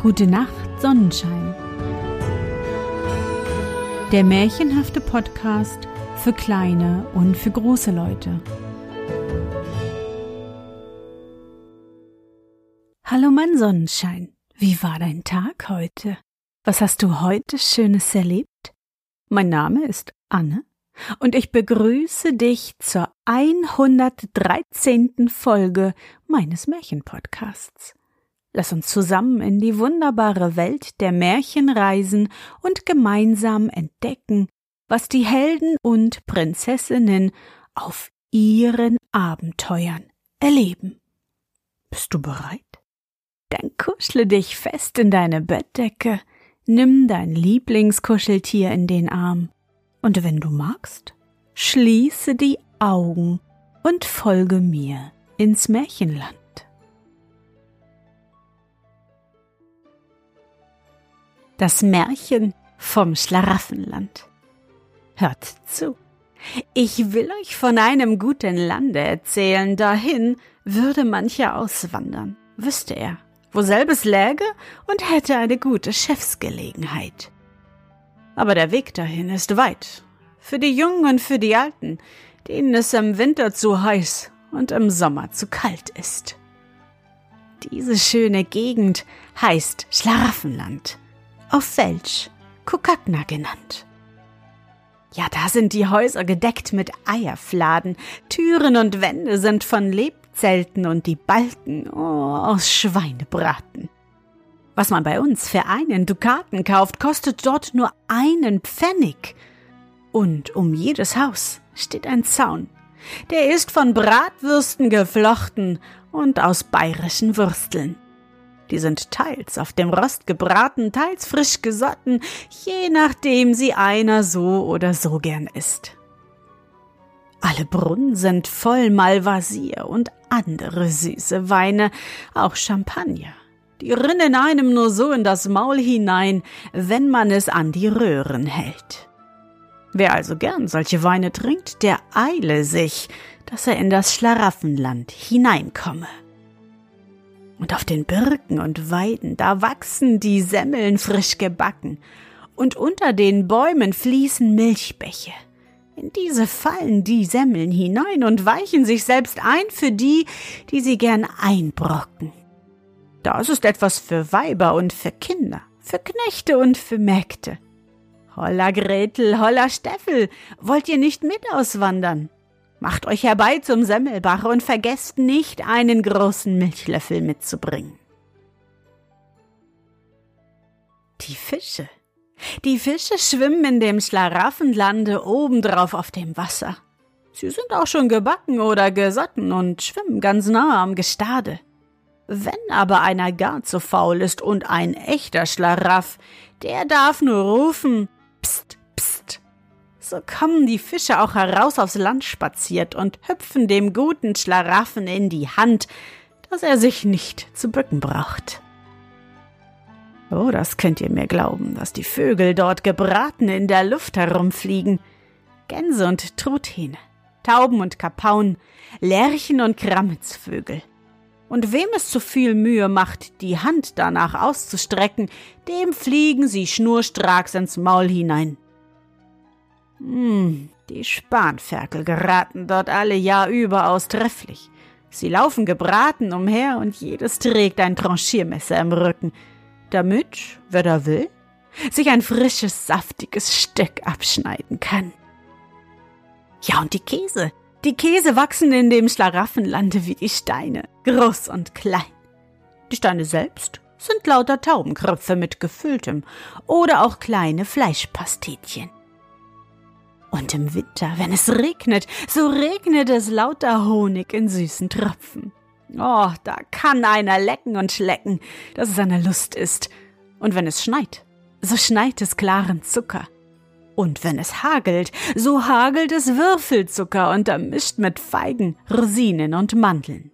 Gute Nacht, Sonnenschein. Der märchenhafte Podcast für kleine und für große Leute. Hallo mein Sonnenschein, wie war dein Tag heute? Was hast du heute Schönes erlebt? Mein Name ist Anne und ich begrüße dich zur 113. Folge meines Märchenpodcasts. Lass uns zusammen in die wunderbare Welt der Märchen reisen und gemeinsam entdecken, was die Helden und Prinzessinnen auf ihren Abenteuern erleben. Bist du bereit? Dann kuschle dich fest in deine Bettdecke, nimm dein Lieblingskuscheltier in den Arm und wenn du magst, schließe die Augen und folge mir ins Märchenland. Das Märchen vom Schlaraffenland. Hört zu. Ich will euch von einem guten Lande erzählen, dahin würde mancher auswandern, wüsste er, woselbes läge und hätte eine gute Chefsgelegenheit. Aber der Weg dahin ist weit, für die Jungen und für die Alten, denen es im Winter zu heiß und im Sommer zu kalt ist. Diese schöne Gegend heißt Schlaraffenland, auf Welsch Kukakna genannt. Ja, da sind die Häuser gedeckt mit Eierfladen, Türen und Wände sind von Lebzelten und die Balken aus Schweinebraten. Was man bei uns für einen Dukaten kauft, kostet dort nur 1 Pfennig. Und um jedes Haus steht ein Zaun. Der ist von Bratwürsten geflochten und aus bayerischen Würsteln. Die sind teils auf dem Rost gebraten, teils frisch gesotten, je nachdem sie einer so oder so gern isst. Alle Brunnen sind voll Malvasier und andere süße Weine, auch Champagner. Die rinnen einem nur so in das Maul hinein, wenn man es an die Röhren hält. Wer also gern solche Weine trinkt, der eile sich, dass er in das Schlaraffenland hineinkomme. Und auf den Birken und Weiden, da wachsen die Semmeln frisch gebacken, und unter den Bäumen fließen Milchbäche. In diese fallen die Semmeln hinein und weichen sich selbst ein für die, die sie gern einbrocken. Das ist etwas für Weiber und für Kinder, für Knechte und für Mägde. Holla Gretel, holla Steffel, wollt ihr nicht mit auswandern? Macht euch herbei zum Semmelbach und vergesst nicht, einen großen Milchlöffel mitzubringen. Die Fische schwimmen in dem Schlaraffenlande obendrauf auf dem Wasser. Sie sind auch schon gebacken oder gesotten und schwimmen ganz nah am Gestade. Wenn aber einer gar zu faul ist und ein echter Schlaraff, der darf nur rufen, Psst, psst. So kommen die Fische auch heraus aufs Land spaziert und hüpfen dem guten Schlaraffen in die Hand, dass er sich nicht zu bücken braucht. Oh, das könnt ihr mir glauben, dass die Vögel dort gebraten in der Luft herumfliegen. Gänse und Truthähne, Tauben und Kapaun, Lerchen und Krammetsvögel. Und wem es zu viel Mühe macht, die Hand danach auszustrecken, dem fliegen sie schnurstracks ins Maul hinein. Die Spanferkel geraten dort alle Jahr überaus trefflich. Sie laufen gebraten umher und jedes trägt ein Tranchiermesser im Rücken, damit, wer da will, sich ein frisches, saftiges Stück abschneiden kann. Ja, und die Käse wachsen in dem Schlaraffenlande wie die Steine, groß und klein. Die Steine selbst sind lauter Taubenkröpfe mit gefülltem oder auch kleine Fleischpastetchen. Und im Winter, wenn es regnet, so regnet es lauter Honig in süßen Tropfen. Oh, da kann einer lecken und schlecken, dass es eine Lust ist. Und wenn es schneit, so schneit es klaren Zucker. Und wenn es hagelt, so hagelt es Würfelzucker untermischt mit Feigen, Rosinen und Mandeln.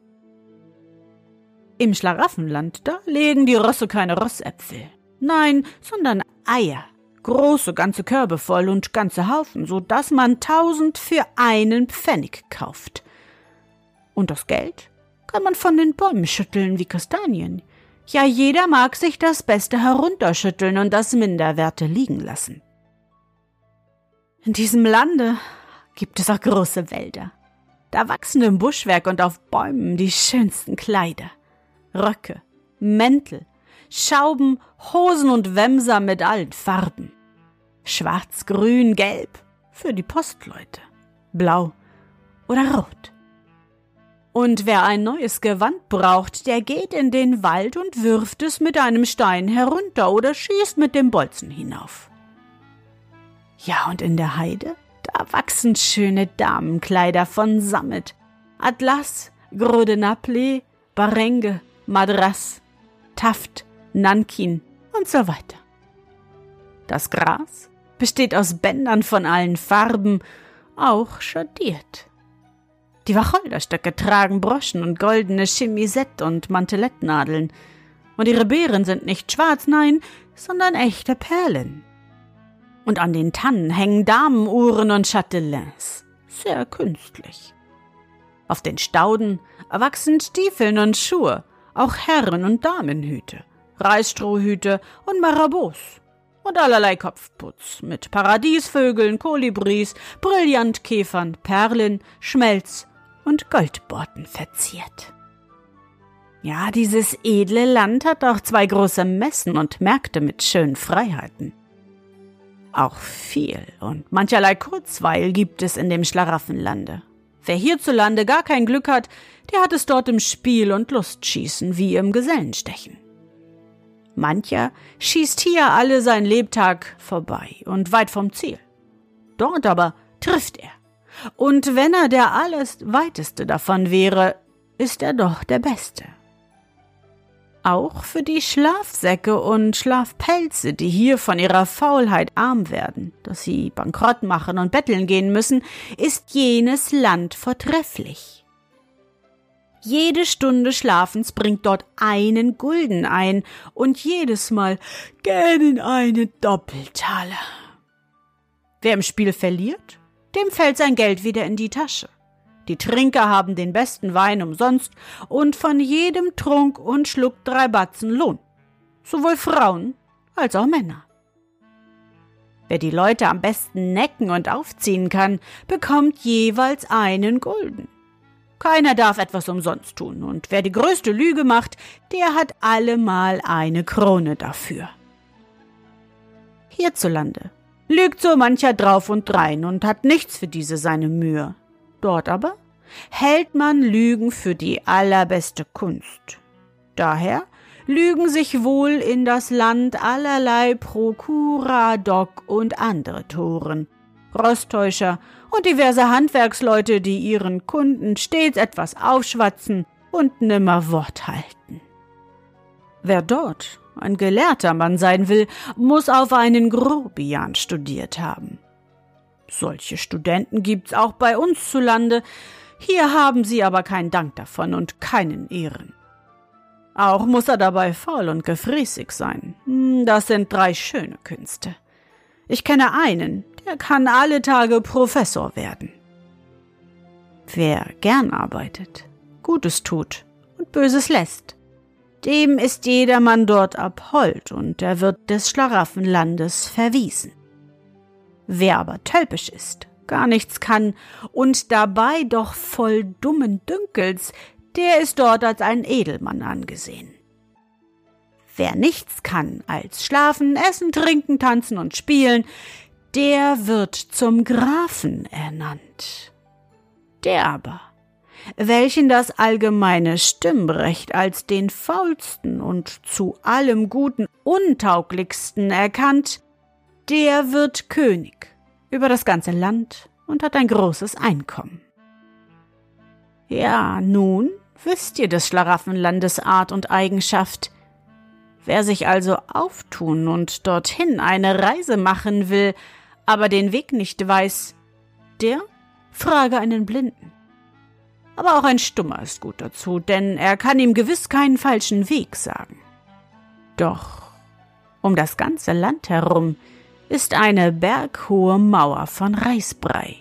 Im Schlaraffenland, da legen die Rosse keine Rossäpfel. Nein, sondern Eier. Große ganze Körbe voll und ganze Haufen, so dass man 1000 für 1 Pfennig kauft. Und das Geld kann man von den Bäumen schütteln wie Kastanien. Ja, jeder mag sich das Beste herunterschütteln und das Minderwerte liegen lassen. In diesem Lande gibt es auch große Wälder. Da wachsen im Buschwerk und auf Bäumen die schönsten Kleider. Röcke, Mäntel, Schauben, Hosen und Wämser mit allen Farben. Schwarz, grün, gelb für die Postleute, blau oder rot. Und wer ein neues Gewand braucht, der geht in den Wald und wirft es mit einem Stein herunter oder schießt mit dem Bolzen hinauf. Ja, und in der Heide, da wachsen schöne Damenkleider von Sammet, Atlas, Gros de Naples, Barenge, Madras, Taft, Nankin und so weiter. Das Gras besteht aus Bändern von allen Farben, auch schattiert. Die Wacholderstöcke tragen Broschen und goldene Chemisette- und Mantelettnadeln. Und ihre Beeren sind nicht schwarz, nein, sondern echte Perlen. Und an den Tannen hängen Damenuhren und Chatelains. Sehr künstlich. Auf den Stauden wachsen Stiefeln und Schuhe, auch Herren- und Damenhüte, Reisstrohhüte und Marabouts. Und allerlei Kopfputz mit Paradiesvögeln, Kolibris, Brillantkäfern, Perlen, Schmelz und Goldborten verziert. Ja, dieses edle Land hat auch 2 große Messen und Märkte mit schönen Freiheiten. Auch viel und mancherlei Kurzweil gibt es in dem Schlaraffenlande. Wer hierzulande gar kein Glück hat, der hat es dort im Spiel und Lustschießen wie im Gesellenstechen. Mancher schießt hier alle sein Lebtag vorbei und weit vom Ziel. Dort aber trifft er. Und wenn er der Weiteste davon wäre, ist er doch der Beste. Auch für die Schlafsäcke und Schlafpelze, die hier von ihrer Faulheit arm werden, dass sie bankrott machen und betteln gehen müssen, ist jenes Land vortrefflich. Jede Stunde Schlafens bringt dort 1 Gulden ein und jedes Mal gähnen eine Doppeltaler. Wer im Spiel verliert, dem fällt sein Geld wieder in die Tasche. Die Trinker haben den besten Wein umsonst und von jedem Trunk und Schluck 3 Batzen Lohn, sowohl Frauen als auch Männer. Wer die Leute am besten necken und aufziehen kann, bekommt jeweils 1 Gulden. Keiner darf etwas umsonst tun, und wer die größte Lüge macht, der hat allemal 1 Krone dafür. Hierzulande lügt so mancher drauf und drein und hat nichts für diese seine Mühe. Dort aber hält man Lügen für die allerbeste Kunst. Daher lügen sich wohl in das Land allerlei Prokuradoc und andere Toren, Rostäuscher und diverse Handwerksleute, die ihren Kunden stets etwas aufschwatzen und nimmer Wort halten. Wer dort ein gelehrter Mann sein will, muss auf einen Grobian studiert haben. Solche Studenten gibt's auch bei uns zu Lande, hier haben sie aber keinen Dank davon und keinen Ehren. Auch muss er dabei faul und gefräßig sein. Das sind 3 schöne Künste. Ich kenne einen, der kann alle Tage Professor werden. Wer gern arbeitet, Gutes tut und Böses lässt, dem ist jedermann dort abhold und er wird des Schlaraffenlandes verwiesen. Wer aber tölpisch ist, gar nichts kann und dabei doch voll dummen Dünkels, der ist dort als ein Edelmann angesehen. Wer nichts kann als schlafen, essen, trinken, tanzen und spielen, der wird zum Grafen ernannt. Der aber, welchen das allgemeine Stimmrecht als den faulsten und zu allem Guten untauglichsten erkannt, der wird König über das ganze Land und hat ein großes Einkommen. Ja, nun wisst ihr des Schlaraffenlandes Art und Eigenschaft. Wer sich also auftun und dorthin eine Reise machen will, aber den Weg nicht weiß, der frage einen Blinden. Aber auch ein Stummer ist gut dazu, denn er kann ihm gewiss keinen falschen Weg sagen. Doch um das ganze Land herum ist eine berghohe Mauer von Reisbrei.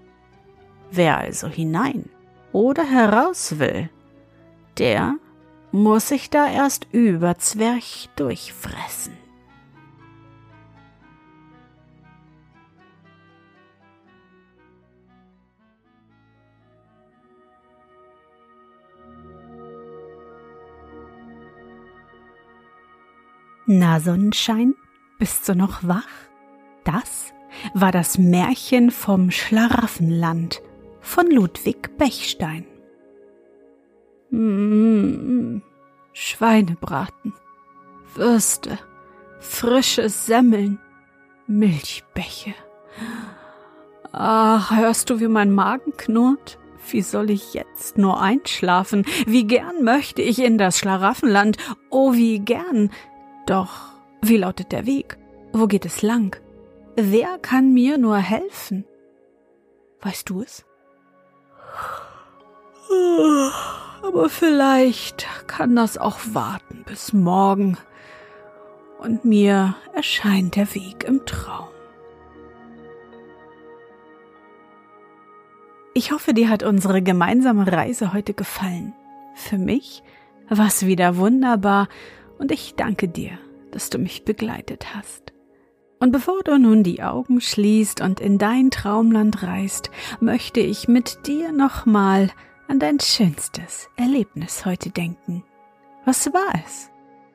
Wer also hinein oder heraus will, der muss sich da erst Überzwerch durchfressen. Na, Sonnenschein, bist du noch wach? Das war das Märchen vom Schlaraffenland von Ludwig Bechstein. Schweinebraten, Würste, frische Semmeln, Milchbäche. Ach, hörst du, wie mein Magen knurrt? Wie soll ich jetzt nur einschlafen? Wie gern möchte ich in das Schlaraffenland, oh wie gern. Doch, wie lautet der Weg? Wo geht es lang? Wer kann mir nur helfen? Weißt du es? Aber vielleicht kann das auch warten bis morgen und mir erscheint der Weg im Traum. Ich hoffe, dir hat unsere gemeinsame Reise heute gefallen. Für mich war es wieder wunderbar und ich danke dir, dass du mich begleitet hast. Und bevor du nun die Augen schließt und in dein Traumland reist, möchte ich mit dir nochmal an dein schönstes Erlebnis heute denken. Was war es?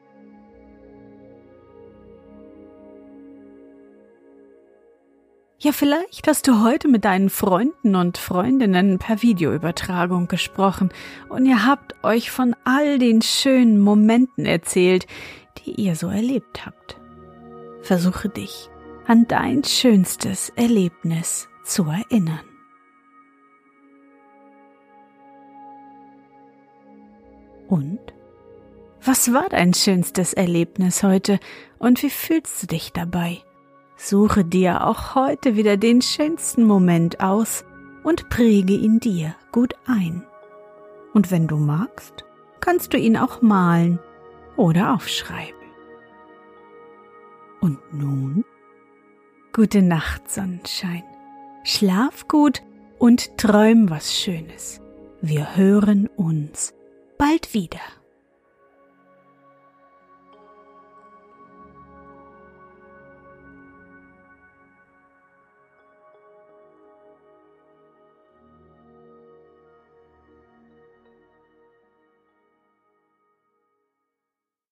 Ja, vielleicht hast du heute mit deinen Freunden und Freundinnen per Videoübertragung gesprochen und ihr habt euch von all den schönen Momenten erzählt, die ihr so erlebt habt. Versuche dich an dein schönstes Erlebnis zu erinnern. Und? Was war dein schönstes Erlebnis heute und wie fühlst du dich dabei? Suche dir auch heute wieder den schönsten Moment aus und präge ihn dir gut ein. Und wenn du magst, kannst du ihn auch malen oder aufschreiben. Und nun? Gute Nacht, Sonnenschein. Schlaf gut und träum was Schönes. Wir hören uns bald wieder.